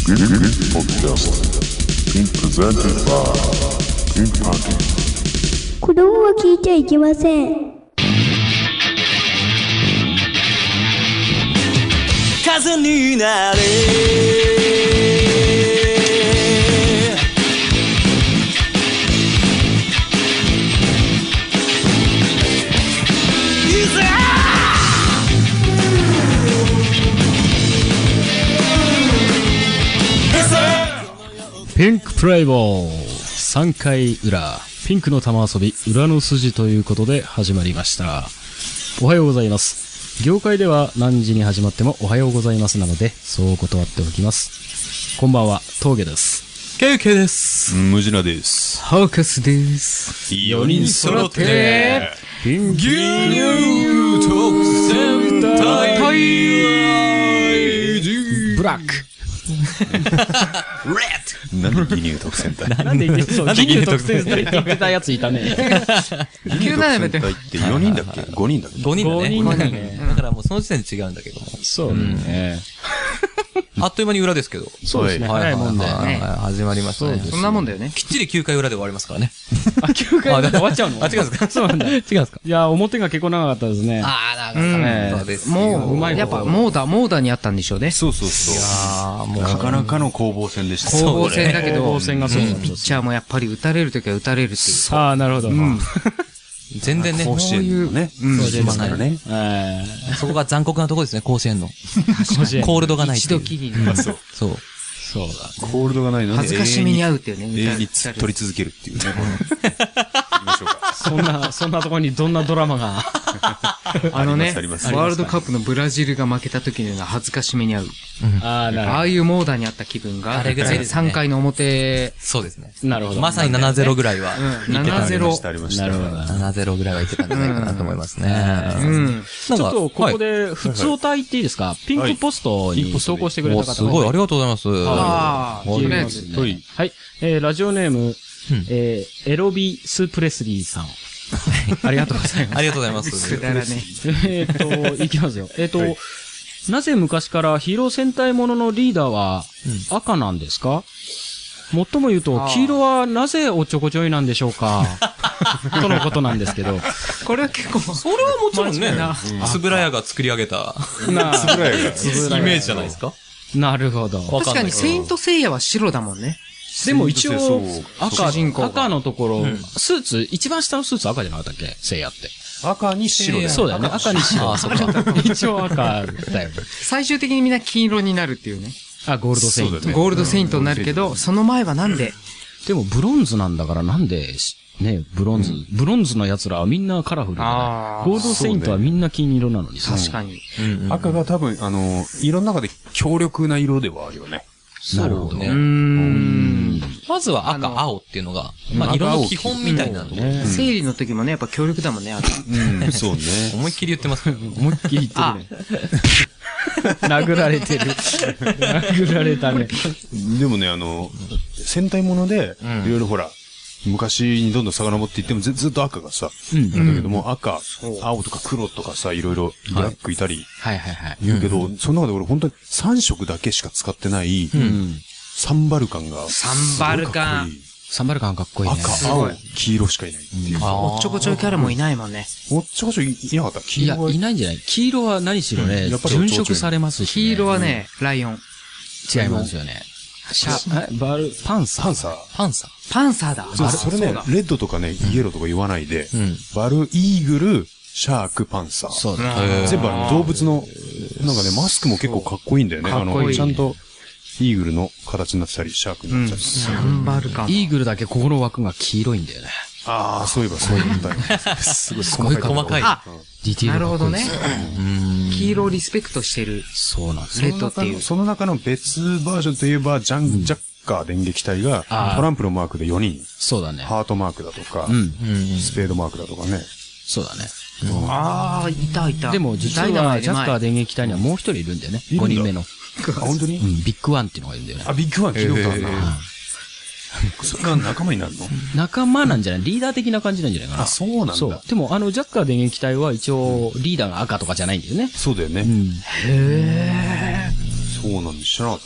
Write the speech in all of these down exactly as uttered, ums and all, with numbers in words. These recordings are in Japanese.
This podcast being presented by Pink Party。 子供は聞いちゃいけません。 風になれピンクプレイボールさんかい裏、ピンクの玉遊び裏の筋ということで始まりました。おはようございます。業界では何時に始まってもおはようございますなので、そう断っておきます。こんばんは、峠です。 ケイケイです。 ムジナです。 ハーカスです。 よにん揃ってピンク牛乳特選隊ブラックなんで牛乳特選隊なんで言ってそう牛乳特選隊って言ってたやついたね。 牛乳特選隊ってよにんだっけ ?ご 人だっけ ? ご 人だね。 ごにんだね。 だからもうその時点で違うんだけども。 そうね。 あっという間に裏ですけど。 そうですね。早いもんで。 始まりましたね。 そんなもんだよね。 きっちりきゅうかい裏で終わりますからね。 あ、きゅうかい裏で終わっちゃうの？ あ、違うんですか？ そうなんだ。違うんですか？ いや、表が結構長かったですね。 ああ、長かったね。そうです。 もう、 うまいやっぱ、モーダ、モーダにあったんでしょうね。 そうそうそう。 ああ、もう。 なかなかの攻防戦でした。 攻防戦だけど、 攻防戦がそういいピッチャーもやっぱり打たれるときは打たれるっていう。 ああ、なるほど。 全然ね。 甲子園のね。 そうですからね。 そこが残酷なところですね、甲子園の。 甲子園。 コールドがない。 一度きりに。 そう。 そう。 そうだ。 コールドがないので。 恥ずかしめに合うっていうね。 永遠に取り続けるっていうね。 そんな、そんなところにどんなドラマが。 あのね、ワールドカップのブラジルが負けた時のような恥ずかしめに合う。 ああ、なるほど。 ああいうモーダにあった気分が、 あれぐらいですね。 さんかいの表。 そうですね。 なるほど。 まさにななたいゼロぐらいは。 うん、ななたいゼロ。 ありました。 なるほど。 ななたいゼロぐらいは言ってたんじゃないかなと思いますね。 うん。 ちょっと、ここで、普通おたいっていいですか？ピンクポストに投稿してくれた方が。 すごい、ありがとうございます。 ああ、とりあえず。 はい。えー、ラジオネーム、えー、エロビスプレスリーさん。ありがとうございます。 ありがとうございます。 くだらね。 えっと、いきますよ。えっと、なぜ昔からヒーロー戦隊もののリーダーは赤なんですか？もっとも言うと、黄色はなぜおっちょこちょいなんでしょうかとのことなんですけど。 これは結構、 それはもちろんね、つぶらやが作り上げた、 なあ、 つぶらやが、 イメージじゃないですか？ なるほど。 確かにセイントセイヤは白だもんね。 でも一応、赤、赤のところ、スーツ、一番下のスーツ赤じゃなかったっけ？セイヤって。 赤に白だよ。 そうだよね。赤に白。あ、そうか。一応赤だよ。 最終的にみんな金色になるっていうね。 あ、ゴールドセイント。 ゴールドセイントになるけど、その前はなんで？ でもブロンズなんだからなんで、ね、ブロンズ。ブロンズの奴らはみんなカラフルだね。ゴールドセイントはみんな金色なのにさ。 確かに。 赤が多分、あの、色の中で強力な色ではあるよね。 なるほどね。まずは赤、青っていうのが、まあ色の基本みたいなところ。 生理の時もね、やっぱ強力だもんね、赤。 うん、そうね。 思いっきり言ってますね。 思いっきり言ってるね。殴られてる。殴られたね。 でもね、あの、戦隊もので、いろいろほら、昔にどんどん遡っていってもずずっと赤がさ、なんだけども赤、青とか黒とかさ、いろいろブラックいたり、 はいはいはい。 言うけど、その中で俺本当にさん色だけしか使ってない、サンバルカンが、 サンバルカン。 サンバルカンかっこいいね。 赤、青、黄色しかいないっていう。 おっちょこちょいキャラもいないもんね。 おっちょこちょいいなかった？ いや、いないんじゃない？黄色は何しろね、殉職されますし。 黄色はね、ライオン。 違いますよね。シャ、バル、パンサー。 パンサー。 パンサー。 パンサーだ。 それね、レッドとかね、イエローとか言わないで、バル、イーグル、シャーク、パンサー。 そうだ。 全部あの動物の、なんかね、マスクも結構かっこいいんだよね。あの、ちゃんと、イーグルの形になってたり、シャークになってたり。 サンバルカン。 イーグルだけここの枠が黄色いんだよね。 ああ、そういえばそういう問題。 すごい細かい。 あ、 ディティール。 なるほどね。黄色をリスペクトしてる。 そうなんですレッドっていう。 その中の別バージョンといえば、ジャン、ジャッカー電撃隊が、トランプのマークでよにん。 そうだね。 ハートマークだとか、スペードマークだとかね。 そうだね。 ああ、いたいた。 でも実は、ジャッカー電撃隊にはもう一人いるんだよね。ごにんめの。 あ、本当に？ うん、ビッグワンっていうのがいるんだよね。 あ、ビッグワン聞いたことあるな。それが仲間になるの？ 仲間なんじゃない？リーダー的な感じなんじゃないかな。 あ、そうなんだ。 そう。でも、あの、ジャッカー電撃隊は一応、リーダーが赤とかじゃないんだよね。 そうだよね。 うん。 へそうなんで知らなかった？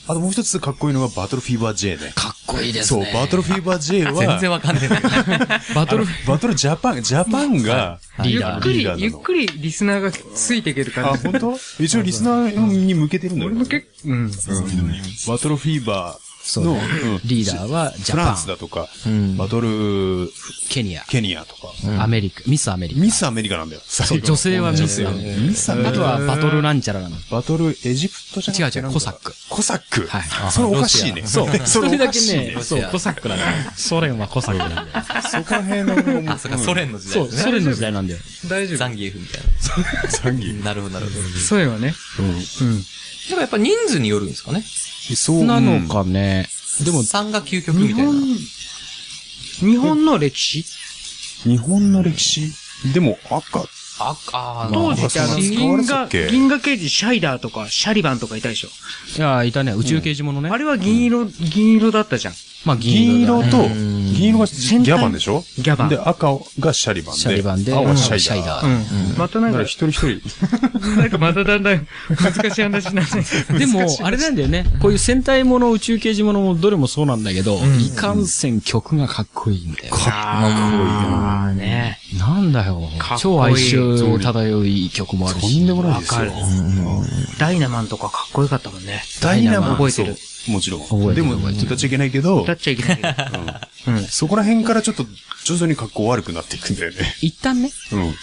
あともう一つかっこいいのがバトルフィーバー J ね。 かっこいいですね。 そう、バトルフィーバー J は、 全然わかんねえんだけど。 バトル、 バトルジャパン、ジャパンが、 ゆっリーダーくりリーダーな、のゆっくりリスナーがついていけるあ、 感じ。 本当？一応リスナーに向けてるんだよ。 俺も結構、うん。 バトルフィーバーの、 そうねうんリーダーはジャフランパンスだとか、 んバトルケニア、 ケニアとか、 アメリカ、ミスアメリカ。 ミスアメリカなんだよ。 そう、女性はミスアメリミスアメリカ。 カ。あとはバトルなんちゃらなの。 バトルエジプトじゃなくて違う違うコサック。 コサック。 はいそれおかしいね。 そう。 それお一人だけかしいねね、。そう、コサックなんだよ。ソ連はコサックなんだよ。 そこら辺の、 あ、そっか、ソ連の時そう、 代ですね。 ソ連の時代なんだよ。 大丈夫。 ザンギエフみたいザンギ。 な。なるほど、なるほど。 そういうのね。 でもやっぱ人数によるんですかね。 そうなのかね。でも、 さんが究極み日たいな。 本、日本の歴史日本の歴史でも赤、 あ、あー当時ってあの、 あそう銀河、 使われてたっけ銀河刑事シャイダーとか、シャリバンとかいたでしょ。 いや、いたね、宇宙刑事物ね。 あれは銀色、銀色だったじゃん。 まあ、 銀色と、 だね銀色がギャバンでしょギャバンで、赤がシャリバンで。 シャリバンで、 青はシャイシャイダダー。 ー。 うん。またなんかだから、一人一人。 なんかまただんだん難しい話になってでも、あれなんだよね。こういう戦隊もの、宇宙刑事ものもどれもそうなんだけど、いかんせん曲がかっこいいんだよ。 あーね。 なんだよかっこいい。 超哀愁漂い曲もあるし。 とんでもないですよ。 わかるダイナマンとかかっこよかったもんね。 ダイナマン覚えてる。 もちろん。 覚えてるでも、 覚えてる歌っちゃいけないけど歌、っちゃいけないけど。うん。 そこら辺からちょっと徐々に格好悪くなっていくんだよね。 一旦ね。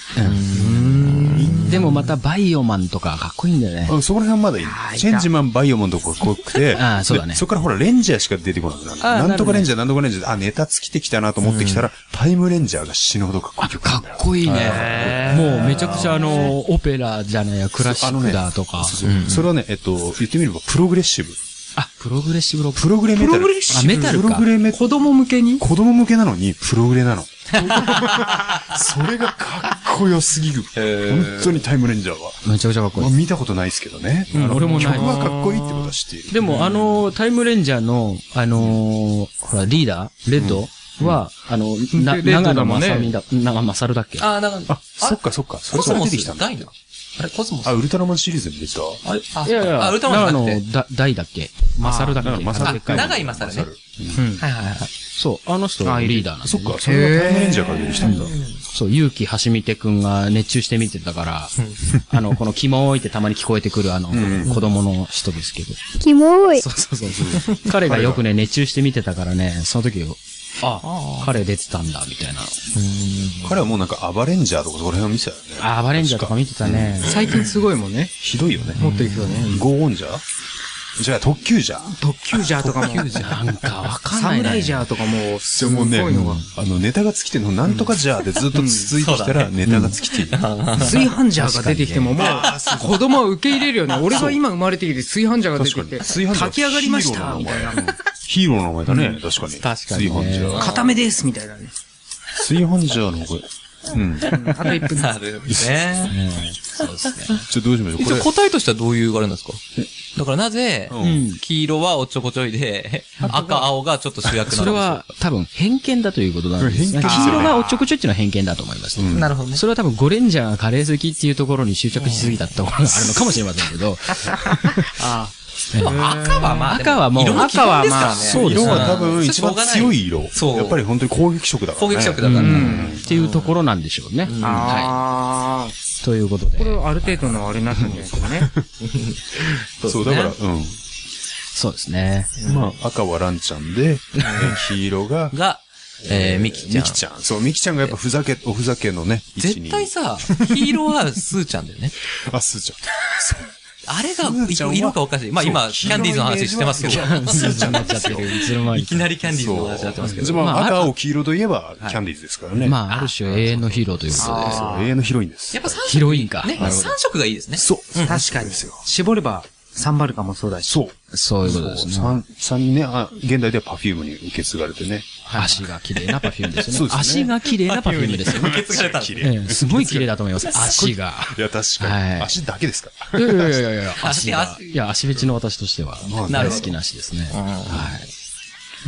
うん。 でもまたバイオマンとかかっこいいんだよね。 あそこら辺はまだいいあー。 チェンジマン、バイオマンとかかっこよくて。 あーそうだねでそこからほら、レンジャーしか出てこなくなる。 あーなんとかレンジャー、なんとかレンジャー、あ、ネタ尽きてきたなと思ってきたら、タイムレンジャーが死ぬほどかっこいい曲なかっんだよ。 こいいね。もうめちゃくちゃあの、オペラじゃないや、クラシックだとか。 そうそうそれはね、えっと、言ってみれば、プログレッシブ。 あ、プログレッシブロック。 プログレメタル。 プログレッシブあメタルかプログレメ子供向けに子供向けなのに、プログレなの。それがかっこよすぎる。本当にタイムレンジャーは。 めちゃくちゃかっこいい。 まあ見たことないですけどね。 うんあの俺もない曲はかっこいいってことは知っている。 でも、あの、タイムレンジャーの、あのー、ほら、リーダーレッドは、あの、な、 レッド長野だもんね正美だ、長野正だっけあー、なんか、 あ、そっかそっか。それコスモから出てきたんだ。 スダイナあれ、コスモスあ、ウルトラマンシリーズに出た。 あれあ、 いやいや、 あ、ウルトラマンじゃなくて。 長野だ、大だっけ正だっけ長野正あでっかい、の長井正ね。 うん。 はいはいはい。 そう、あの人、 あいるリーダーなんだよねそっか、それはタイムレンジャーから出てきたんだ。 そう、ゆうきはしみてくんが熱中して見てたから、あの、このキモーいってたまに聞こえてくるあの、子供の人ですけど。 キモい。 そうそうそうそう。彼がよくね、熱中して見てたからね、その時、あ、彼出てたんだ、みたいな。 彼はもうなんかアバレンジャーとかそこら辺を見てたよね。 あ、バレンジャーとか見てたね。 最近すごいもんね。 ひどいよね。 もっといくよね。 ゴーオンジャーじゃあ特急ジャー特急ジャーとかも。 なんかわかんないね。 サムライジャーとかも、すごもうね、 いのが。 あの、ネタが尽きてんの、なんとかジャーでずっと続いてきたら、ネタが尽きている。 炊飯ジャーが出てきても、もう、子供は受け入れるよね。俺が今生まれてきて炊飯ジャーが出てきて、 炊飯ジャー炊き上がりました、みたいな。 ヒーローの名前だね、確かに。 確かにね炊飯ジャー。 固めです、みたいなね。 炊飯ジャーの方が、うん。 あといっぷん。 なるね。 そうですね。 ちょっとどうしましょう。これ、 一応答えとしてはどういうあれなんですかだからなぜ、 うん黄色はおっちょこちょいで、赤、青がちょっと主役なのそれは多分偏見だということなんですね。 偏見黄色がおっちょこちょいっていうのは偏見だと思います。 うんなるほどね。 それは多分ゴレンジャーがカレー好きっていうところに執着しすぎたところがあるのかもしれませんけど。 あでも赤はまあ、 赤はもう色の基本ですからね。 そうです色は多分一番強い色。 そうやっぱり本当に攻撃色だからね。 攻撃色だから。 っていうところなんでしょうね。はあい。ということで。 これある程度のあれになったんじゃないですかね。 そう、だから、うん。 そうですね。 まあ、赤はランちゃんで、え黄色が、 が、えー、ミキちゃん。 ミキちゃん。そう、ミキちゃんがやっぱふざけ、おふざけのね、位置に絶対さ、黄色はスーちゃんだよね。 あ、スーちゃん。 あれがスーちゃんは色がおかしい。まあ今、 そうキャンディーズの話してますけど。 スーちゃんになっちゃってる。いつの間にいきなりキャンディーズの話になってますけど。 じゃあまあ、 まあ赤、青、黄色といえば、キャンディーズですからね。 まあ、ある種永遠のヒーローということで。 そう、永遠のヒロインです。 やっぱ三色。 ヒロインかね、 なるほど三色がいいですね。 そう。 確かに。絞れば、サンバルカもそうだし。 そう。 そういうことですね。 三、三にね、あ、現代ではパフュームに受け継がれてね。 足が綺麗なパフュームですよね。 そうですね足が綺麗なパフュームですよね。 受け継がれたんですええすごい綺麗だと思います。足が。 いや、確かはいに。足だけですから。 いやいやいやいやいや、足が。 足いや、足フェチの私としては、 まあ大好きな足ですね。はまあ、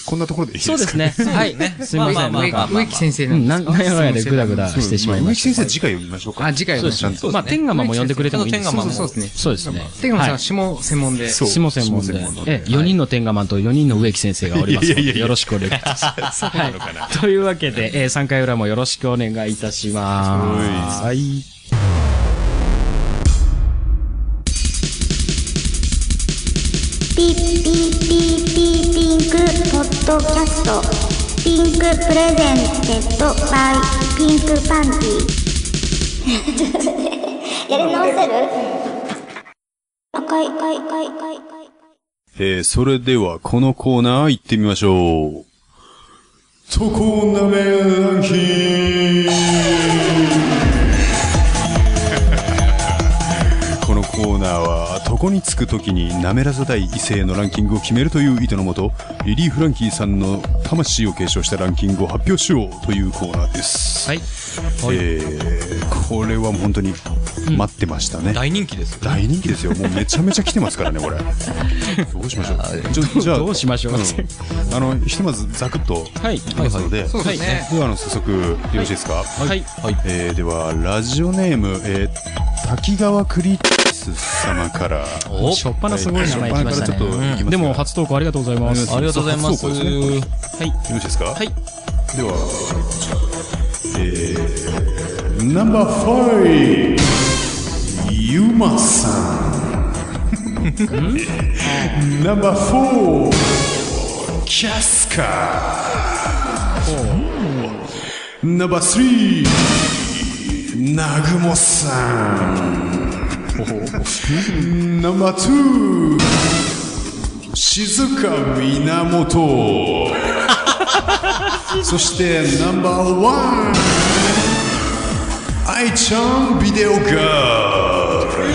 こんなところでいいですか？ そうですね。はい。すいません。 植木先生なんですか？ なんやかんやでグダグダしてしまいました。 植木先生次回読みましょうか。 あ、次回読みましょう。 まあ、天ガマも呼んでくれてもいいです。 そうですね。 そうですね。 天ガマさんは下専門で。 下専門で。え、よにんの天ガマンとよにんの植木先生がおりますので、よろしくお願いいたします。はい。というわけで、さんかい裏もよろしくお願いいたします。はい。 ピッピッピッピッピンクポッドキャストピンクプレゼンテッドバイピンクパンティやり直せる？赤い赤い赤い赤いえー、それではこのコーナー行ってみましょう。トコナメランキングこのコーナーは床につくときに舐めらせたい異性のランキングを決めるという意図のもと、リリー・フランキーさんの魂を継承したランキングを発表しようというコーナーです。 はい。 えー、これはもう本当に待ってましたね。 うん、大人気ですよ、ね。 大人気ですよ。もうめちゃめちゃ来てますからね、これ。どうしましょう。じゃ、じゃあ、 どうしましょう。うん、 あの、ひとまずザクッといきますので、 そうですね。 では、あの、早速、よろしいですか？ はい。はい。 えー、では、ラジオネーム、えー、滝川クリス様から。 おしょっぱなすごい名前来ましたね。ちょっと行きます。でも、初投稿ありがとうございます。 ありがとうございます。はい。よろしいですか？ はい。 では、えー、ナンバーファイブ、ユマさん。ナンバーフォー、キャスカー。ナンバースリー、ナグモさん。ナンバーツー、静か源。そしてナンバーワン、愛ちゃんビデオガール。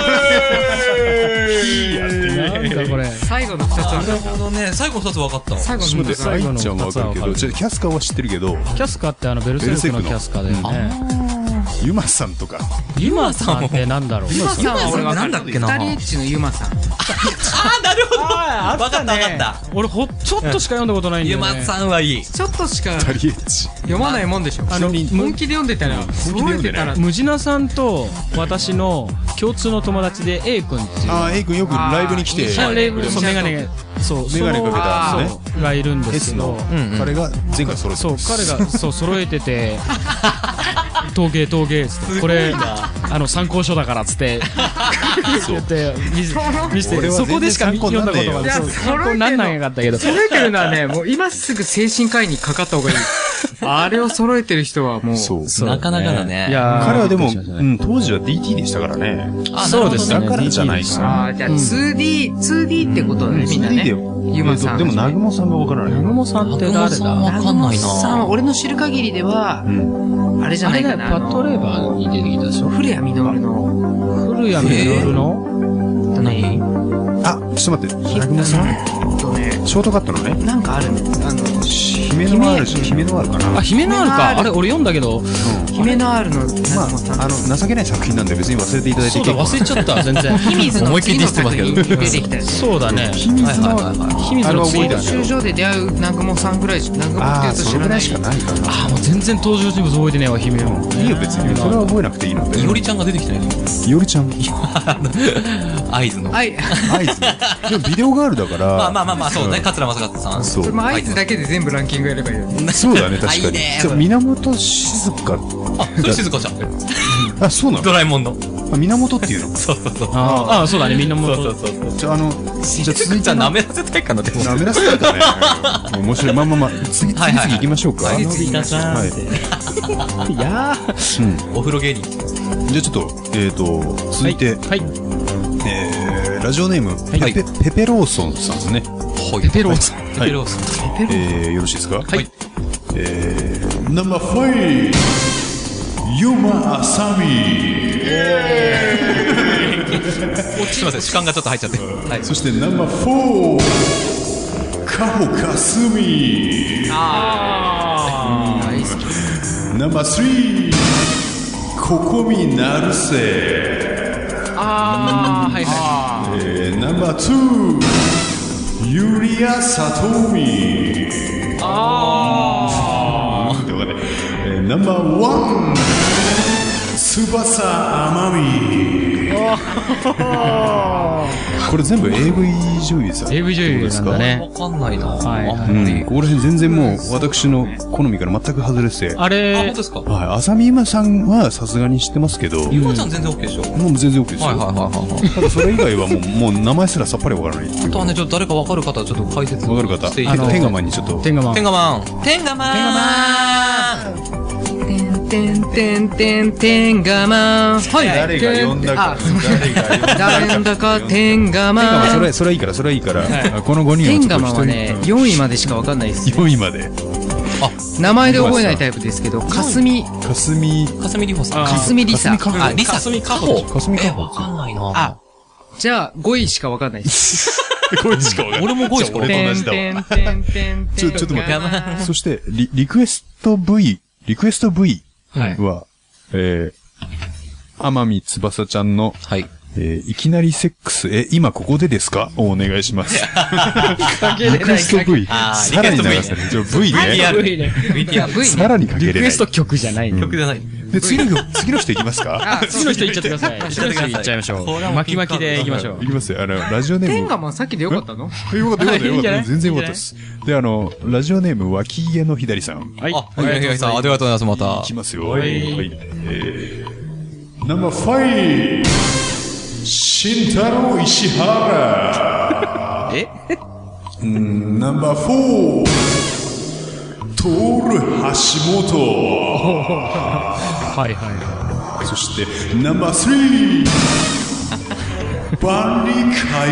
なんだこれ。 最後のふたつはなるほどね。最後のふたつ分かった。 最後のふたつは愛ちゃんは分かるけど、キャスカーは知ってるけど、 キャスカーってあのベルセルクのキャスカーだよね。 ユマさんとか。 ユマさんってなんだろう。 ユマさんは俺分かる。 なんだっけな。 ふたりエッチのユマさん。 あー、なるほど。 あ分かった分かった。 俺ほちょっとしか読んだことないんだよね。 ユマさんはいい。 ちょっとしかふたりエッチ読まないもんでしょ。あの本気で読んでたら、揃えてたら。 ムジナさんと私の共通の友達で A 君っていう。 ああ、A 君よくライブに来て。 ライブそうメガネそうメガネかけたねがいるんですけど、 彼が前回揃えてそう彼がそう揃えてて。陶芸陶芸っつってこれあの参考書だからっつって言って見せてそこでしか読んだことがない参考になんないかったけど揃えてるのはねもう今すぐ精神科医にかかった方がいい。あれを揃えてる人はもうそうなかなかだね。 いや彼はでもうん当時は ディーティー でしたからね。 そうですね。 だからじゃないかな。 あじゃあ ツーディー ツーディー ってことだねみんなね。ユマさんでも南雲さんがわからない。 南雲さんって誰だ？ わかんないな。 さん俺の知る限りではあれじゃないかな。 パトレーバーに出てきたでしょ。 古谷実の古谷実の何？ あ、ちょっと待って。南雲さんとねショートカットのね。 なんかあるんです。あの姫のあるし姫のあるかな。 あ姫のあるか。あれ俺読んだけど。 姫のあるのまああの情けない作品なんで別に忘れていただいてそうだ忘れちゃった全然。 秘密の次の作品出てきたよ。 そうだね。 秘密の秘密の次だね。 集場で出会う南雲さんぐらいし南雲ってやつ知らない。 しかないかな。 あもう全然登場人物覚えてねえわ姫の。 いいよ別にそれは覚えなくていいので。 いおりちゃんが出てきたよ。 いおりちゃん。 合図の。 はい。 合図。でもビデオガールだから。 まあまあまあまあそうね。桂正和さん。 そう。 まあ合図だけで全部ランキングやればいいよね。 そうだね確かに。源静香。 あそれ静香ちゃん。 あそうなの。 ドラえもんの。 源っていうの。 そうそうそう。 ああそうだね源。 そうそうそう。 じゃあのじゃあ続いて舐めらせたいかなでも。 舐めらせたいかね。面白い。まあまあまあ次次次行きましょうか。 のび太さん。はい。いやお風呂芸人。 じゃあちょっとえっと続いてはい。 えーラジオネームペペペペローソンさんですね。 ペペローソン。ペペローソン。 えーよろしいですか。 はい。 えーナンバーファイブ。ユマアサミ。 すみません、主観がちょっと入っちゃって。はい。 そしてナンバーフォー。カホカスミ。 ああ。大好き。 ナンバースリー。ココミナルセ。 ああはいはい。 えーナンバーツー。 ユリア・サトミ。 あー。でわかんない。えー、ナンバーワン。翼あまみ。これ全部 エーブイ 女優さん。 エーブイ 女優なんだね。 わかんないな。 はいはい。 うん。ここら辺全然もう私の好みから全く外れてて。 あれあ、本当ですか？ はい。浅見今さんはさすがに知ってますけど。 ゆまちゃん全然 OK でしょ？ もう全然 OK ですよ。 はいはいはいはい。 ただそれ以外はもう、もう名前すらさっぱりわからないっていう。 あとはね、ちょっと誰かわかる方、ちょっと解説わかる方。 していただいて。 テンガマンにちょっと。 テンガマン。 テンガマン。テンガマン。 てんてんてんてんてんがまん。はい。 誰が呼んだか。 誰が呼んだか。誰んだか、てんがまん。 それ、それはいいから、それはいいから。このごにんてんをちょっとがまんはね、よんいまでしかわかんないですよ。 よんいまで。 名前で覚えないタイプですけど、かすみ。 かすみ。 かすみりほさん。 かすみりさ。 あ、りさ。かすみかほ。 かすみかほ。 わかんないな。 あ、じゃあごいしかわかんないです。 ごいしかわかんない。 俺もごいしかわかんない。 俺と同じだわ。 てんてんてんてん。 ちょ、ちょっと待って。そして、リ、リクエスト V、リクエスト V は、えー、天海翼ちゃんの、 はい。 えー、いきなりセックス、え、今ここでですかをお願いします。 かけれない。 リクエスト V。 あーさらに流せる。じゃあ V ね。 ブイティーアール。ブイティーアール。 さらにかけれない。 リクエスト曲じゃないの。 曲じゃない。 で、次の、次の人いきますか？ あ、 次の人行っちゃってください。次の人行っちゃいましょう。巻き巻きで行きましょう。 いきますよ。あの、ラジオネーム。 てんがまんさっきでよかったの？ よかったよかったよかった。全然よかったです。で、あの、ラジオネーム、脇家の左さん。 はい。 あ、はいはいはいさん、ありがとうございます、また。 いきますよ。はい。えー、ナンバーファイブ。慎太郎石原。 えナンバーフォー。トール橋本。 はいはいはそして、ナンバースリー。万里海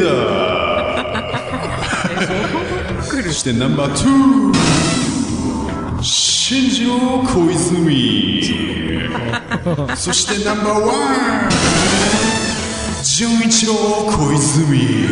江田。そしてナンバーツー。新庄小泉。そしてナンバーワン。純一郎小泉。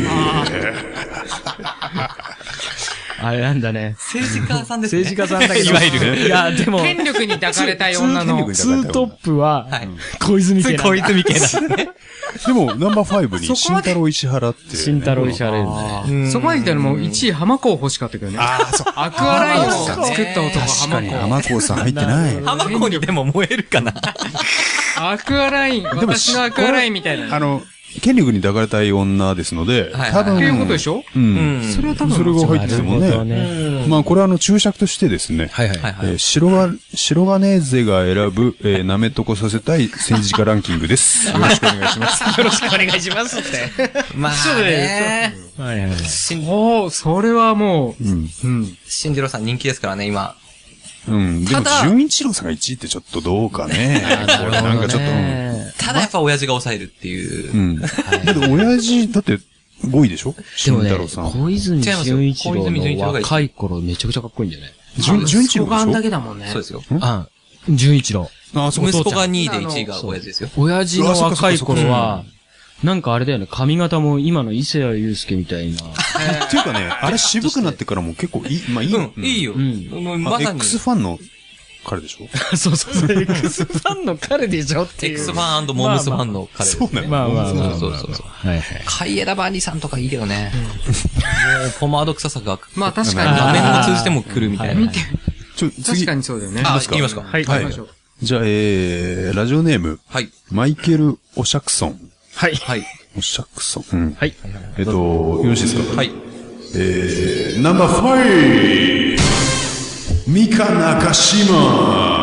あれなんだね。 政治家さんですね。 政治家さんだけど。 いわゆる。 いや、でも、 権力に抱かれたい女の。 ツートップははい、 小泉家なんだ。 小泉系なんで。 でも、ナンバーファイブに、慎太郎石原って。 慎太郎石原いるね。 そこまで言ったらもういちい浜子欲しかったけどね。 ああ、そう。 アクアラインを作った男確かに、 浜子。 浜子さん入ってない。 浜子にでも燃えるかな。 アクアライン、私のアクアラインみたいな。 あの、権力に抱かれたい女ですので、 はい多分。 っていうことでしょ？ ううんん。 それは多分。 それが入っててもなるほどね。 ね。 まあ、これはあの、注釈としてですね。 はいはい。 はいはい。 えー、白が、白金勢が選ぶ、えー、なめとこさせたい政治家ランキングです。よろしくお願いします。 よろしくお願いしますって。 まあね。 はいはい。 おー、それはもう、 うん。 うん。 新次郎さん人気ですからね、今。 うん。でも、 ただ純一郎さんがいちいってちょっとどうかね。これなんかちょっと、 ただやっぱ親父が抑えるっていう。 うん。だって親父、だってごいでしょでもね慎太郎さ、ん。 小泉純一郎違いますよ小泉純一郎のが若い頃めちゃくちゃかっこいいんだよね。 純純一郎でしょそこがあんだけだもんね。 そうですよ。 あ、純一郎。 あ、そう息子がにいでいちいが親父ですよ。 親父の若い頃は、なんかあれだよね、髪型も今の伊勢谷友介みたいな。 っていうかね、あれ渋くなってからも結構いい、まあいい。 うん、いいよ。 んもうあまさに。 X ファンの彼でしょそうそうそう。X ファンの彼でしょっていう。 X ファンモームスファンの彼ですね。 そうなのまあまあまあ。 そうそうそうそう。 はいはい。 海江田万里さんとかいいけどね。もう、ポマード臭さが、 まあ確かに。 画面を通じても来るみたいな。 ちょ、 確次か。にそうだよね。 あ、言いますか。 はい。 はい行きましょう。 じゃあ、えー、ラジオネーム、 はい。 マイケル・オシャクソン。 はい。 はい。 オシャクソン。うん。 はい。 えっと、よろしいですか？ はい。 えー、ナンバーファイブ、ミカ中島。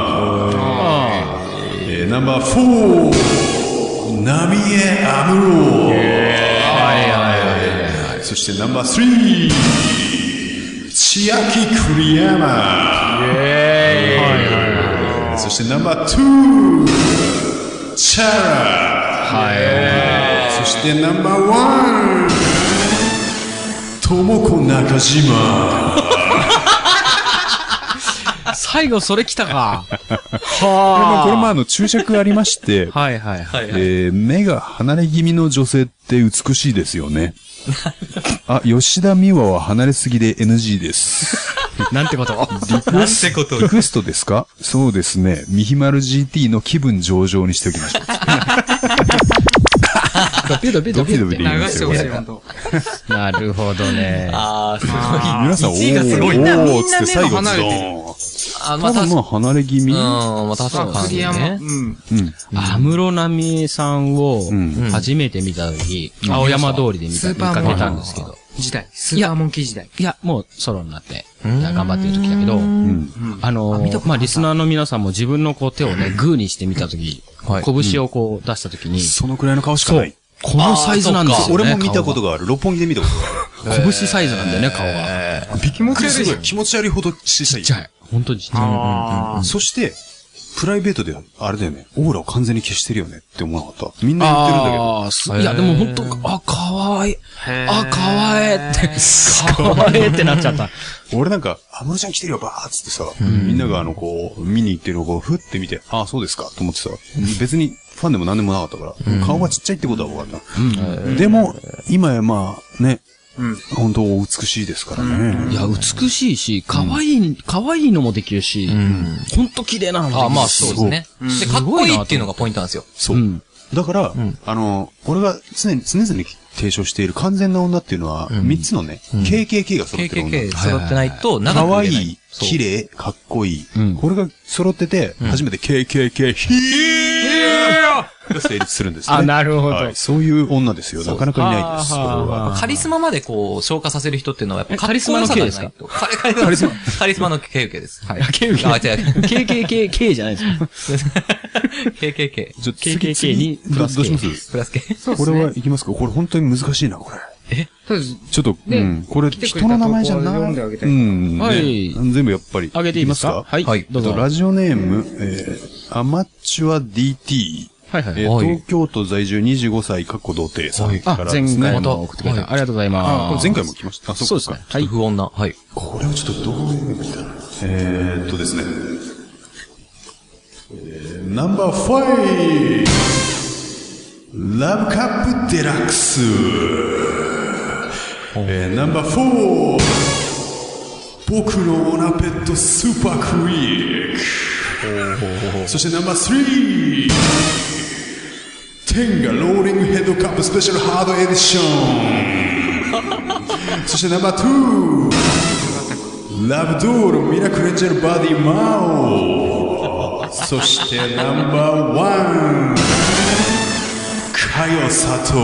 えー、ナンバーフォー、ナミエアムロ。はいはいはい。そしてナンバースリー、千秋栗山。はいはいはい。そしてナンバーツー、チャラ。はい。そしてナンバーワン、ともこ中島。 最後それ来たか。 これも、これもあの、注釈ありまして、 はいはいはい。 えー、目が離れ気味の女性って美しいですよね。あ、吉田美和は離れすぎで エヌジー です。 なんてことリクエスト、リクエストですか？そうですね。ミヒマル ジーティー の気分上々にしておきましょう。 ドピドピドピドキドキで言いますよ。 流してほしい、ほんと。 なるほどね。 あー、すごい。 皆さん、おいちいがすごいー、 な。 おーつって最後、 みんな目が離れてるあ、まあ、 多分確かまあ離れ気味。 うん、まあ、確かに栗山。 ね。 うん。 うん。 安室奈美恵さんをん初めて見たとき、青山通りで見た、見スーパーかけたモンキーんですけど。 時代。スーパーモンキー時代。 いや、もうソロになって、いや頑張ってる時だけど、 うん。 あのー、まあ、リスナーの皆さんも自分のこう手をね、グーにしてみたとき、 はい拳をこう出したときに、 そのくらいの顔しかない。 このサイズなんですよね。 俺も見たことがある。六本木で見たことがある。 拳サイズなんだよね、顔が。 気持ち悪いすごい気持ち悪いほど小さい。 ちっちゃい。本当にちっちゃい。 そして、プライベートで、あれだよね、オーラを完全に消してるよねって思わなかった。みんな言ってるんだけど。 あーいや、でも本当あ、かわいい。あ、かわいいって、かわいいってなっちゃった。 俺なんか、安室ちゃん来てるよ、ばーっつってさ、みんながあの、こう、見に行ってるのをこう、ふって見て、ああ、そうですか、と思ってさ、別にファンでも何でもなかったから、顔がちっちゃいってことは分かった。でも、今やまあ、ね、本当美しいですからね。 いや、美しいし、可愛い、可愛いのもできるし、ほんと綺麗なのもできるし。 あ、まあ、そうですね。で、かっこいいっていうのがポイントなんですよ。 そう。だから、あの、俺が常に、常々提唱している完全な女っていうのは、三つのね、ケーケーケー が揃ってる女。 ケーケーケー 揃ってないと長く可愛見れない。 い、綺麗、かっこいい。 んこれが揃ってて、初めて ケーケーケー、ヒーが成立するんですね。 あ、なるほど。 はい。そういう女ですよ。なかなかいないです。それは。 カリスマまでこう、消化させる人っていうのはやっぱカリスマの K ですか？ カリカリスマ、カリスマの ケーケー です。はい。 ケーケー。 あ、違う。 ケーケーケー、K じゃないですか。 ケーケーケー。 じゃ、 ケーケーケーにプラスどう K しますプラス K。 これはいきますか？これ本当に難しいな、これ。 とりあえず、 ちょっと、 ねうん。これ、 来てくれた人の名前じゃない。 投稿を読んであげたいうん。ねはい全部やっぱり。 あげていいですか？はい。 はいどうぞ。 ラジオネーム、えー、アマチュア ディーティー。 はいはい。 えーはい東京都在住にじゅうごさい、かっこ童貞さんかあ、 らですね。 前回も送ってくれた。ありがとうございあます。 前回も来ました。あ、 そうですね。はい。 不穏な。はい。 これはちょっとどういう意味だろう。えーっとですね。えーナンバーファイブラブカップデラックス。えーナンバーフォー僕のオナペットスーパークイック。そしてナンバースリーテンガローリングヘッドカップスペシャルハードエディション。そしてナンバーツーラブドールミラクルエンジェルバディマオ。そしてナンバーワンかよさと。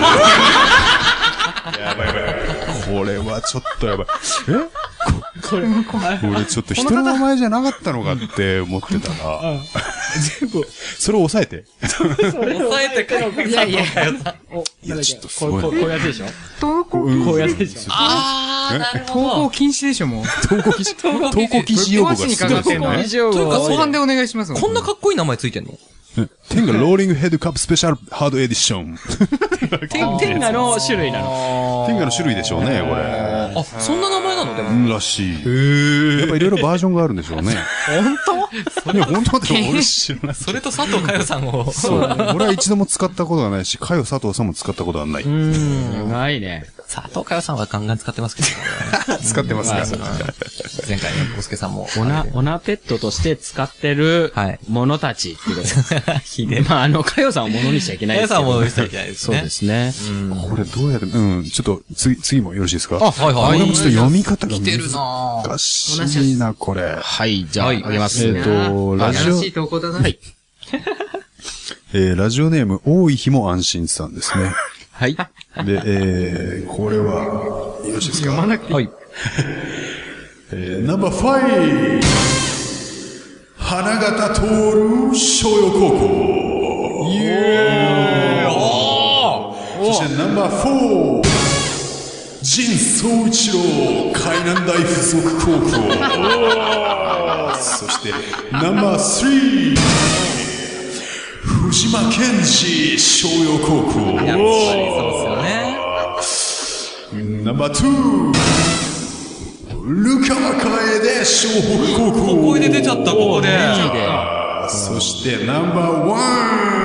やばいやばい。これはちょっとやばい。えこれ、俺ちょっと人の名前じゃなかったのかって思ってたら。全部。それを抑えて。 抑えてかよ。 いやいや、 いや、ちょっとすごい。 こういうやつでしょ？ 投稿、 こうこういうやつでしょ？ あー、なる投ほど。 稿禁止でしょ、もう。 投稿禁止、投稿禁止用語がすごいですぶっ壊しにかかってんのね。 ね。というか、後半でお願いします。 こんなかっこいい名前ついてんのテンガローリングヘッドカップスペシャルハードエディション。 テンテンガの種類なの。 テンガの種類でしょうね、これ。 あ、そんな名前なのでも。 うんらしい。やっぱいろいろバージョンがあるんでしょうね。 本当いや、本当だって俺知らない。 それと佐藤佳代さんを。 そう。俺は一度も使ったことがないし、かよ佐藤さんも使ったことがない。 うん。ないね。 佐藤佳代さんはガンガン使ってますけどね。 使ってますか前回ね、ボスケさんも。 オナ、オナペットとして使ってるはいものたちっていうことで。 ひで。 まあ、あの、かよさんをものにしちゃいけないですけど。 佳代さんをものにしちゃいけないですそうね。 ですね。 これどうやって、うん、ちょっと、次、次もよろしいですかあ、はいはい。 これもちょっと読み方が来てるなぁ。 難しいな、これ。 はい、じゃあ、 はいあげます。 えっと、ラジオ、 新しい投稿だな。 はい。 えーラジオネーム、多い日も安心さんですね。 はい。 で、えー、これは、よろしいですか読まなくていい。 はい。 えー、ナンバーファイブ花形通る商用高校。イエーイそしてナンバーフォー陣総一郎海南大附属高校。そしてナンバースリー藤間健二商用高校。 やっぱりそうですよね。 ナンバーツールカワ楓湘北高校。 ここで出ちゃった、ここで。 そしてナンバーワン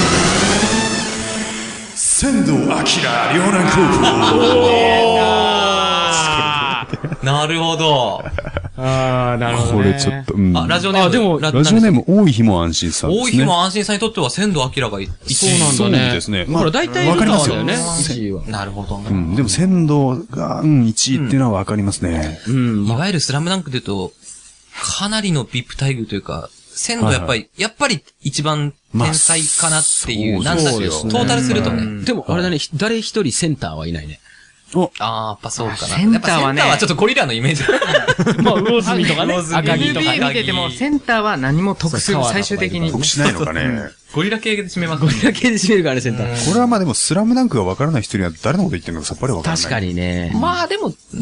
仙道明両南高校。 なるほど。 あー、なるほど、ね。 これちょっと、うん。 あ、ラジオネーム。 あ、でも、 ラジオネーム、多い日も安心さんですね。 多い日も安心さんにとっては、仙道明がいそうなんだね。 そうですね。 まあ、大体わかりますよね。いちいは。 なるほどね。 うん。でも、仙道が、うん、いちいっていうのはわかりますね。 うん。 いわゆるスラムダンクで言うと、かなりのビップ待遇というか、仙道やっぱり、やっぱり一番天才かなっていう、なんだけど、トータルするとね。 でも、あれだね、誰一人センターはいないね。 おああ、やっぱそうかな。 センターはね。 センターはちょっとゴリラのイメージ。 まあ、魚住とかね。赤木とか。 エヌビー 見てても、センターは何も得する、最終的に。 得しないのかね。 ゴリラ系で締めますゴリラ系で締めるからね、センター。 これはまあでも、スラムダンクがわからない人には誰のこと言ってるのかさっぱりわからない。 確かにね。 まあでも、うん。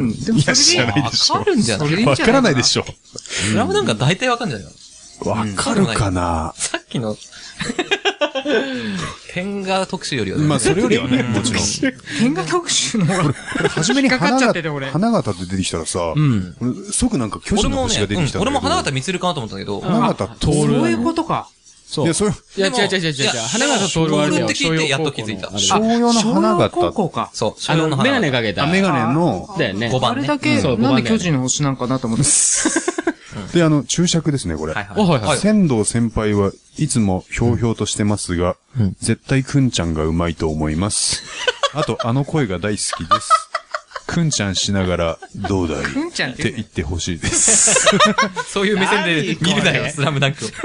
でも、知らないでしょ。 わかるんじゃないわからないでしょ。 スラムダンクは大体わかるんじゃないかわかるかなさっきの、天画特集よりはね。 まあ、それよりはね、もちろん。 天画特集の方が、 初めにかかっちゃってて、俺。 花形って出てきたらさ、即なんか巨人の星が出てきたんだけど。 俺も花形見つるかなと思ったけど。 花形通る。そういうことか。 そう。いや、それ、いや、違う違う違う違う。花形通るはあれだよ。 って聞いてやっと気づいた。 商用の花形。 高校か。 そう。 あの、メガネかけた。 メガネの、 だよね。 ごばんね。 あれだけ、なんで巨人の星なんかなと思って。 で、あの、注釈ですね、これ。 はいはい。 仙道先輩はいつもひょうひょうとしてますが、絶対くんちゃんがうまいと思います。あと、あの声が大好きです。くんちゃんしながら、どうだいって言ってほしいです。 そういう目線で見るなよ、スラムダンクを。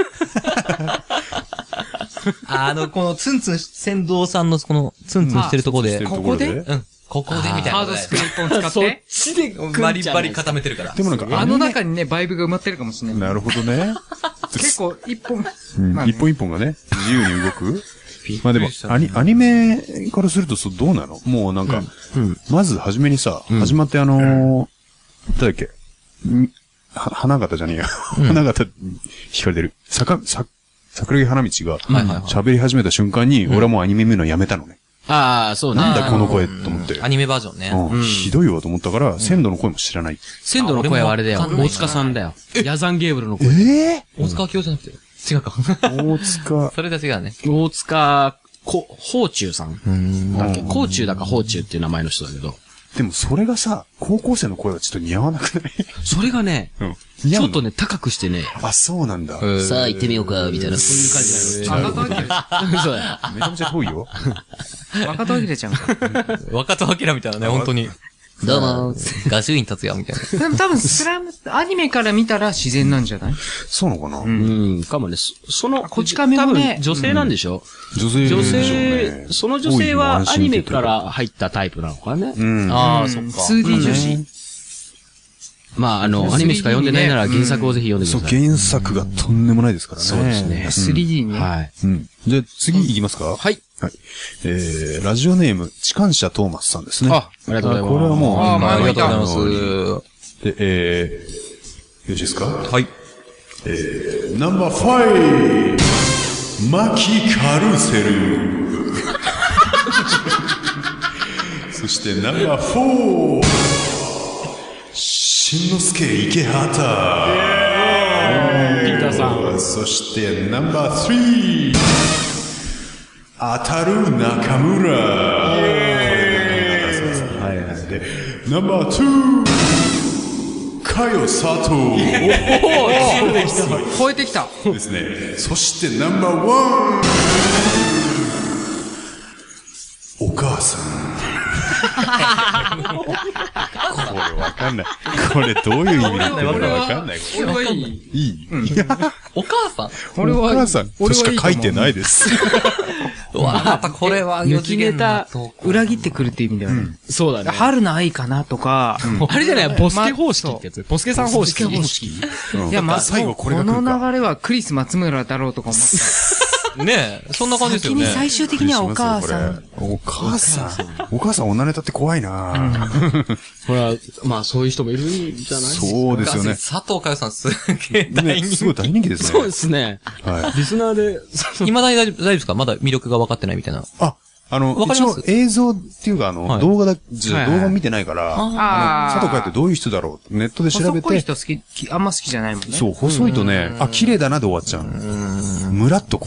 あの、このツンツン、仙道さんのこのツンツンしてるとこで。 ここでうん。ここでみたいな。 ハードスク一本使って。 そっちでバリバリ固めてるから。 でもなんか、 あの中にね、バイブが埋まってるかもしれない。 なるほどね。 結構、一本。 一本一本がね、自由に動く。まあでも、アニ、アニメからするとどうなのもうなんか、まず初めにさ、始まってあの、誰だっけ花形じゃねえや。花形に惹かれてる。さか、さ、桜木花道が喋り始めた瞬間に、俺はもうアニメ見るのやめたのね。 ああ、そうね。 なんだこの声と思って。 アニメバージョンね。 うん。ひどいわと思ったから、仙道の声も知らない。 仙道の声はあれだよ。大塚さんだよ。ヤザンゲーブルの声。 ええ大塚明夫じゃなくて。違うか。 大塚。 それじゃ違うね。 大塚、こ、宝中さん。だっけ甲中だか宝中っていう名前の人だけど。 でもそれがさ、高校生の声はちょっと似合わなくないそれがね、 うん。 ちょっとね、高くしてね。 あ、そうなんだ。 さあ行ってみようか、みたいな、そういう感じなの。 若戸明。 そうだよ。 めちゃめちゃ遠いよ。 若戸明ちゃんか。 若戸明みたいなね、本当に。どうも、画集院達也みたいな。 でも多分スラム、アニメから見たら自然なんじゃないそうなのかなうん、かもね。その、 こち亀もね、 女性なんでしょ女性女性、その女性はアニメから入ったタイプなのかね。 うん。 ああ、そっか。 ツーディー 女子。 まあ、あの、アニメしか読んでないなら原作をぜひ読んでください。 そう、原作がとんでもないですからね。 そうですね。 スリーディー ね。 はい。 うん。じゃあ次行きますかはい。 はい。えー、ラジオネーム、痴漢者トーマスさんですね。 あ、ありがとうございます。 これはもう、 あ、前もいた。 ありがとうございます。 で、えー、よろしいですかはい。 えー、ナンバーファイブ、マキカルセル。そしてナンバーフォー、しんのすけ池畑。 ピーターさん。 そしてナンバースリー、当たる中村。はいはい。で、ナンバーツー、かよ佐藤。おお超えてきた。 ですね。そしてナンバーワン、お母さん。これわかんない。これどういう意味だってこれわかんない。 俺はいい。 いい、うん、 お母さん俺はお母さんとしか書いてないです。 うわまたこれは抜きネタ、裏切ってくるっていう意味ではね。 そうだね。 春の愛かなとか。 あれじゃないボスケ方式ってやつボスケさん方式。ボスケ方式。 いや、まあ、最後これが来るか。この流れはクリス松村だろうとか思った。 ねえ、そんな感じですよね。 先に最終的にはお母さん。 お母さん。お母さん女ネタって怖いなほら、まあそういう人もいるんじゃないそうですよね。 佐藤佳代さんすげえ大人気。 すごい大人気ですね。 そうですね。はい。リスナーで。 未だに大丈夫ですかまだ魅力が分かってないみたいな。 あ、あの、一応映像っていうかあの、動画だ、動画見てないから、あの、佐藤佳代ってどういう人だろうネットで調べて。 細い人好き、あんま好きじゃないもんね。 そう、細いとね、あ、綺麗だなで終わっちゃう。ムラっと来ない。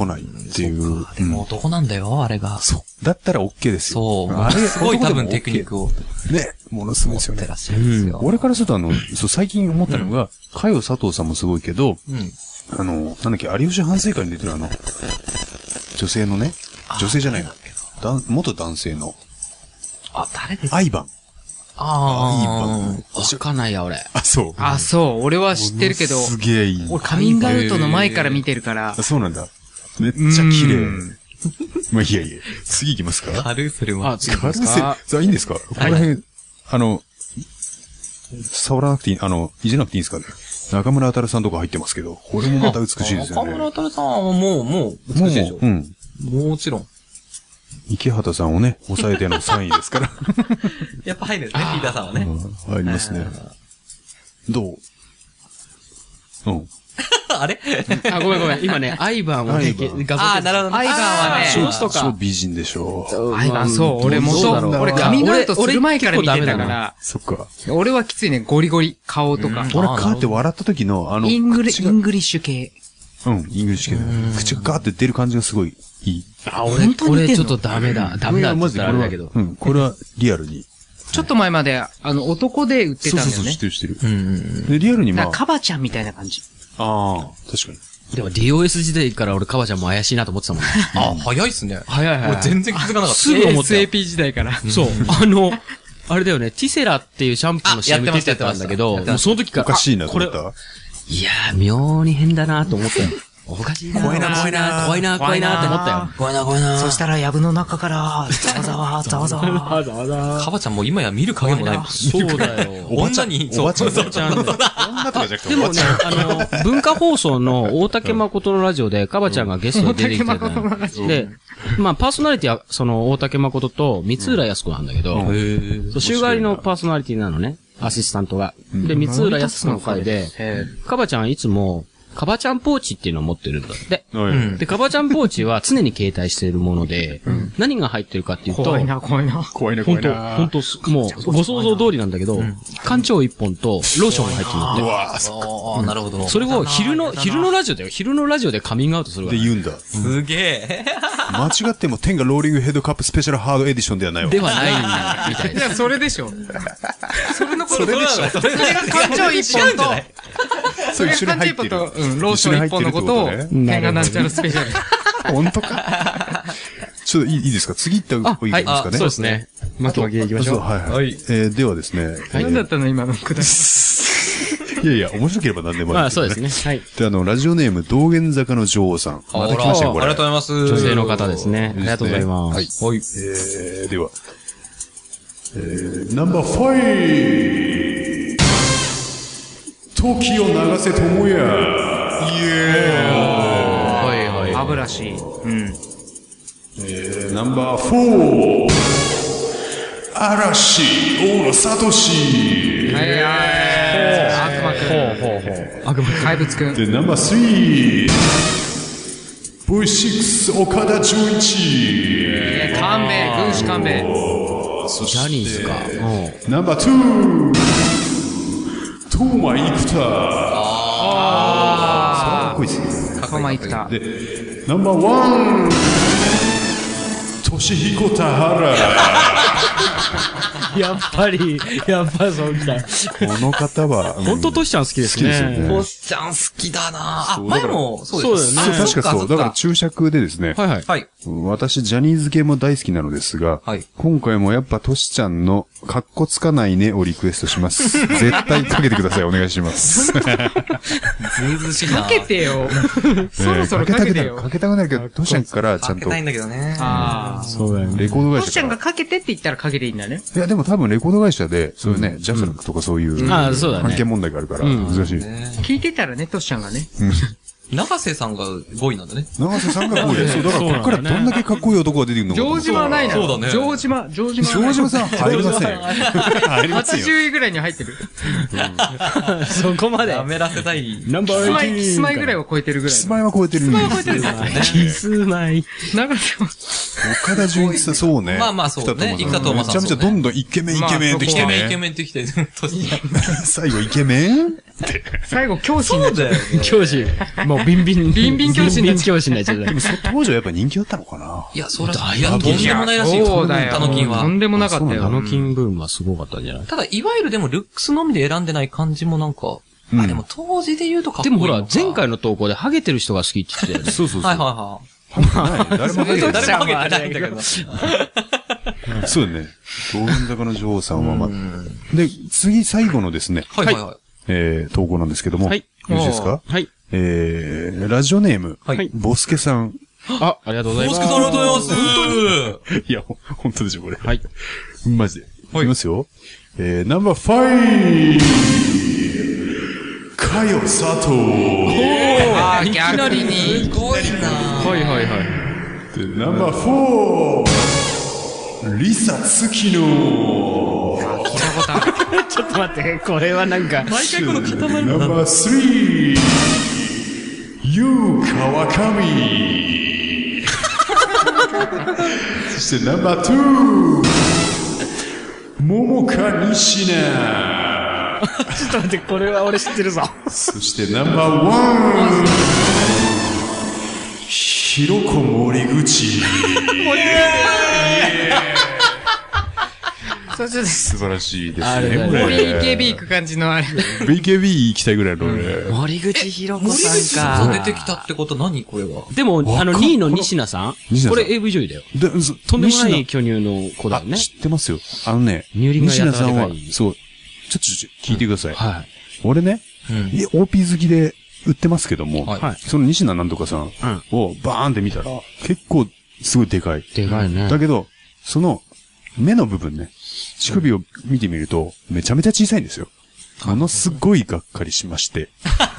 っていう。 でも男なんだよ、あれが。 そう。だったら OK ですよ。 そう。あれ、すごい多分テクニックを。 ね、ものすごいですよね。 持ってらっしゃるんですよ。 俺からするとあの、そう、最近思ったのが、かよ佐藤さんもすごいけど、 うん。 あの、なんだっけ、有吉反省会に出てるあの、女性のね、女性じゃないの。だ元男性の。 あ、誰ですか？ アイバン。 ああ、 いい番。 わかんないや、俺。 あ、そう。 あ、そう。俺は知ってるけど、 すげえいい。 俺カミングアウトの前から見てるから。 あ、そうなんだ。めっちゃ綺麗。まあ、いやいや。次行きますか？ カルーセルは。 あ、次カルセル、さあ、いいんですか？ここら辺、あの、触らなくていい、あの、いじらなくていいんですかね？中村あたるさんとか入ってますけど、これもまた美しいですよね。 中村あたるさんはもう、もう、美しいでしょ。 うん。 もちろん。 池畑さんをね、抑えてのさんいですから。 やっぱ入るんですね、ピーターさんはね。 入りますね。どう？うん。 あれあ、ごめんごめん。今ね、アイバンをね、画像あ、なるほど。 アイバンはね、 超、超美人でしょ。 アイバンそう、俺元、俺カミングアウトする前から見てたから、 そっか。 俺はきついね、ゴリゴリ、顔とか。 俺カーって笑った時の、あの、 イングリ、イングリッシュ系。 うん、イングリッシュ系だ。口がガーって出る感じがすごいいい。 あ、俺、俺ちょっとダメだ。ダメだって言ったらあれだけど。 うん、これはリアルに。 ちょっと前まで、あの、男で売ってたんだよね。 そうそうそう、知ってる知ってる。うんうん。で、リアルにまあ。 カバちゃんみたいな感じ。 ああ、確かに。 でも ディーオーエス 時代から俺カバちゃんも怪しいなと思ってたもんね。 あ、早いっすね。 早い早い。 俺全然気づかなかった。 すぐ思った。 エスエーピー 時代から。 そう。あの、あれだよね、ティセラっていうシャンプーの シーエム 出てたんだけど、もうその時から。 おかしいなと思った。 いやー、妙に変だなと思ったよ。おかしいな怖いな、怖いな、 怖いな、怖いなって思ったよ。 怖いな、怖いな。 そしたら、藪の中から、ざわざわ、ざわざわ。 ざわざわ。 カバちゃんも今や見る影もない。 そうだよ。 おばちゃんに、 おばちゃん、 おばちゃん。 女とかじゃなくて、 でもね、あの、文化放送の大竹誠のラジオで、カバちゃんがゲストで出てきてたの。で、まあ、パーソナリティは、その、大竹誠と三浦靖子なんだけど、週替わりのパーソナリティなのね、アシスタントが。で、三浦靖子の回で、カバちゃんはいつも、カバちゃんポーチっていうのを持ってるんだって。で、カバちゃんポーチは常に携帯しているもので、何が入ってるかっていうと、 怖いな、怖いな。 怖いな、怖いな。 本当本当もう、ご想像通りなんだけど、缶腸一本とローションが入ってるんだって。 うわぁ、 ああ、なるほど。 それを昼の、昼のラジオだよ。昼のラジオでカミングアウトするから。 で言うんだ。 すげえ。 間違っても天がローリングヘッドカップスペシャルハードエディションではないわ。 ではないみたいです。 いや、それでしょ。それのこと、 それでしょ。 それが感情一本と、それが感情一本と、うん、ローション一本のことを、天がなんちゃらスペシャル。 本当か。ちょっといいいいですか？次行った方がいいですかね。 そうですね。巻き巻きで行きましょう。 はいはい。えではですね。 何だったの今のくだり。 いやいや、面白ければ何でもいい。 まあそうですね。はい。 で、あの、ラジオネーム、道玄坂の女王さん。また来ましたよ、これ。 ありがとうございます。 女性の方ですね。ありがとうございます。 はい。えー、では。えー、ナンバーファイブ。時を流せ友也。イエーイ。 はいはい。 歯ブラシ。うん。 えー、ナンバーフォー。嵐、大野聡。 はいはい。悪魔くん。ほうほうほう。悪魔怪物くん。 で、ナンバースリー。ブイシックス 岡田准一。 勘弁、軍師勘弁。 ジャニーズか。 ナンバーツー。東間生田。ああ。かっこいいですね。 東間生田。 で、ナンバーワン。俊彦田原。 やっぱり、やっぱそうきた。 この方は、 本当トシちゃん好きですね。 好きですよね。 トシちゃん好きだなあ、前も、 そうですね。 確かそう。だから注釈でですね。 はいはい。 はい。 私、ジャニーズ系も大好きなのですが、 はい。 今回もやっぱトシちゃんのカッコつかないねをリクエストします。絶対かけてください。お願いします。 ずうずしいなかけてよ。そろそろかけてよ。 かけたくないけど、トシちゃんからちゃんと。 かけたいんだけどね。 ああ。 そうだよね。 レコード会社。 トシちゃんがかけてって言ったらかけていいんだね。 いや、でも多分レコード会社で、そういうね、ジャスラックとかそういう、 ああ、そうだね。 関係問題があるから、難しい。 聞いてたらね、トシちゃんがね。 長瀬さんがごいなんだね。 長瀬さんがごいで。そう、だからここからどんだけかっこいい男が出てくるのか。 城島はないな。 そうだね。 城島、城島。 城島さん入りませんよ。入りませんよ。 はちじゅういぐらいに入ってる。 そこまで。 やめらせたい。 ナンバーエイティーン。 キスマイぐらいを超えてるぐらい。 キスマイは超えてる。 キスマイは超えてる。 キスマイ。 長瀬は。 岡田准一さん、そうね。 まあまあそうね。生田斗真さん。 めちゃめちゃどんどんイケメンイケメンってきてね。 イケメンイケメンってきて、 最後イケメンって。 最後、教師になっちゃう。 教師。もうビンビン。 ビンビン教師になっちゃうビンビン教師になっちゃう。 でもそ当時はやっぱ人気だったのかな。 いや、そら、いや、とんでもないらしいよ。 そうだよ。 タノキンは。 とんでもなかったよ。 あの金ブームはすごかったんじゃない？ ただ、いわゆるでも、ルックスのみで選んでない感じもなんか、 うん、 あ、でも当時で言うとかっこいいでもほら、 のか前回の投稿でハゲてる人が好きって言ってたよね。 そうそうそう。 はいはいは誰もハゲてい。 ない。 誰もハゲてないんだけど。 そうだね。道玄坂の女王さんはま、で、次最後のですね。 はいはいはい。 えー、投稿なんですけども。 はい。 よろしいですか？ はい。 えー、ラジオネーム。 はい。 ボスケさん。 あ、ありがとうございます。 ボスケさんありがとうございます。本当に。 いや、本当でしょ、これ。 はい。 マジで。はい。いきますよ。えー、ナンバーファイかよ佐藤。 あー、逆に。 すごいなはいはいはい。 で、ナンバーフォーリサ月野。 聞いたことある。 ちょっと待って、これはなんか。 毎回この塊のナンバースリーゆう川上。そしてナンバーツー桃花西名。 ちょっと待って、これは俺知ってるぞ。 そしてナンバーワンひろこ森口。 そうちょっと、 素晴らしいですね。 あれだねこれビーケービー 行く感じのあれ。 ビーケービー 行きたいぐらいのね。 森口博子森口さんか。 さんが出てきたってこと何これは。 でも、あの、にいの西名さん西名さんこれ エーブイ 女優だよ。 でそとんでもな西い巨乳の子だよねあ。知ってますよ。あのね、 乳輪が西名さんはやたらでかい、 そう、ちょっとちょっと聞いてください。 はい。 俺ね、 うん。 いや オーピー 好きで売ってますけども、 はいはいその西名なんとかさんをバーンって見たら、結構すごいでかい。 でかいね。 だけど、その目の部分ね、乳首を見てみると、めちゃめちゃ小さいんですよ。ものすごいがっかりしまして。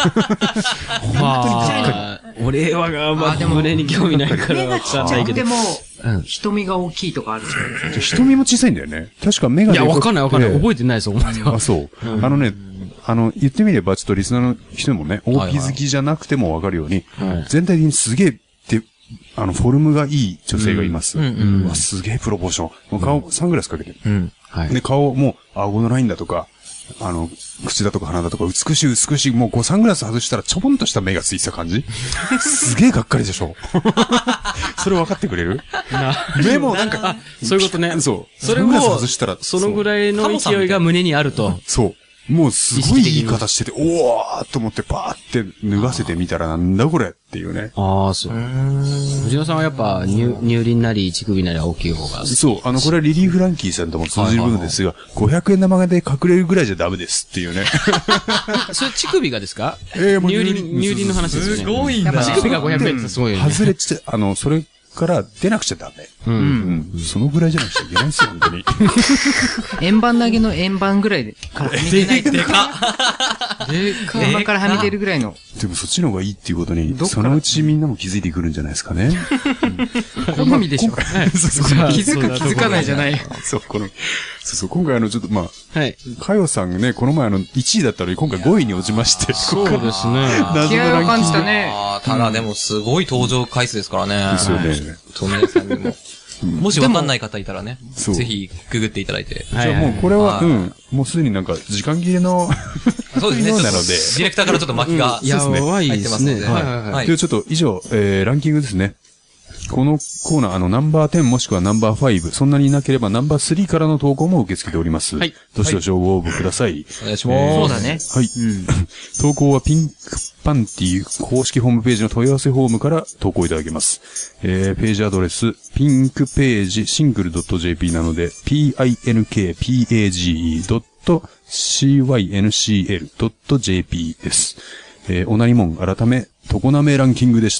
まあ、俺はが、まあ、でも胸に興味ないから目がわちっちゃくかんないけど。 てもうん、 瞳が大きいとかあるじゃん。 瞳も小さいんだよね。確か目がいや、 でかくてわかんないわかんない。覚えてない、そこまではあ、。そう。あのね、あの、言ってみれば、ちょっとリスナーの人もね、大き好きじゃなくてもわかるように、 はい全体的にすげえ、で、あの、フォルムがいい女性がいます。 うんうんうわすげえプロポーション。もう顔、サングラスかけてる。 うん。 はい。 で、顔も、顎のラインだとか、あの、口だとか鼻だとか、美しい美しい、もうこうサングラス外したらちょぼんとした目がついてた感じすげえがっかりでしょそれ分かってくれる目もなんか、 そういうことね。 そう。 それサングラスも、 外したら、 そのぐらいの勢いが胸にあると。 そう。もうすごい言い方してて、おーっと思ってパーって脱がせてみたらなんだこれっていうね。 ああ、そう。藤野さんはやっぱ乳、乳輪なり乳首なり大きい方が。 そう。あの、これはリリー・フランキーさんとも通じる部分ですが、ごひゃくえん玉で隠れるぐらいじゃダメですっていうね。 それ乳首がですかえーもう乳輪、乳輪の話ですよね。 すごいんだやっぱ乳首がごひゃくえんってすごいよね。 外れちゃ、あの、それから出なくちゃダメ。 うん。 うん。そのぐらいじゃなくちゃいけないんですよ、本当に。 円盤投げの円盤ぐらいで、からはみ出ないと。 でかでか円盤からはみ出るぐらいの。 でもそっちの方がいいっていうことに、 どっからそのうちみんなも気づいてくるんじゃないですかね。 好みでしょ。気づく気づかないじゃない。 そう、この、そうそう、今回あの、ちょっとまあ、 はい。 かよさんね、この前あの、いちいだったのに今回ごいに落ちまして。 そうですね。 謎気合をのランキング感じたね。 あーただでもすごい登場回数ですからね。 ですよね。 と皆さんにも。もしわかんない方いたらね、 そうぜひググっていただいて。 じゃあもうこれは、 はいうん、もうすでになんか時間切れの、 そうですね。ちょっとようなのでディレクターからちょっと巻きがやばい入ってますので。 ですねはいはいはいはいで、ちょっと以上、えー、ランキングですね。このコーナー、あの、ナンバーテンもしくはナンバーファイブ、そんなにいなければナンバースリーからの投稿も受け付けております。 はい。 どしどしご応募ください。 お願いします。 そうだね。 はい。投稿はピンクパンティ公式ホームページの問い合わせフォームから投稿いただけます。えー、ページアドレス、ピンクページシングル .jp なので、ピンクページ シーワイエヌシーエル ドット ジェーピー です。えー、おなりもん改め、とこなめランキングでした。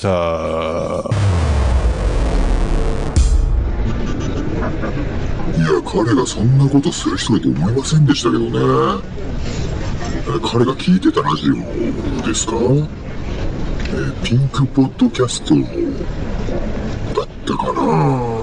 いや、彼がそんなことする人だと思いませんでしたけどね。え彼が聞いてたラジオですか？えーピンクポッドキャストだったかな。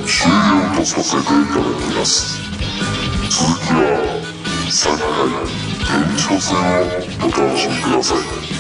終了とさせていただきます。続きはさんかい延長戦をお楽しみください。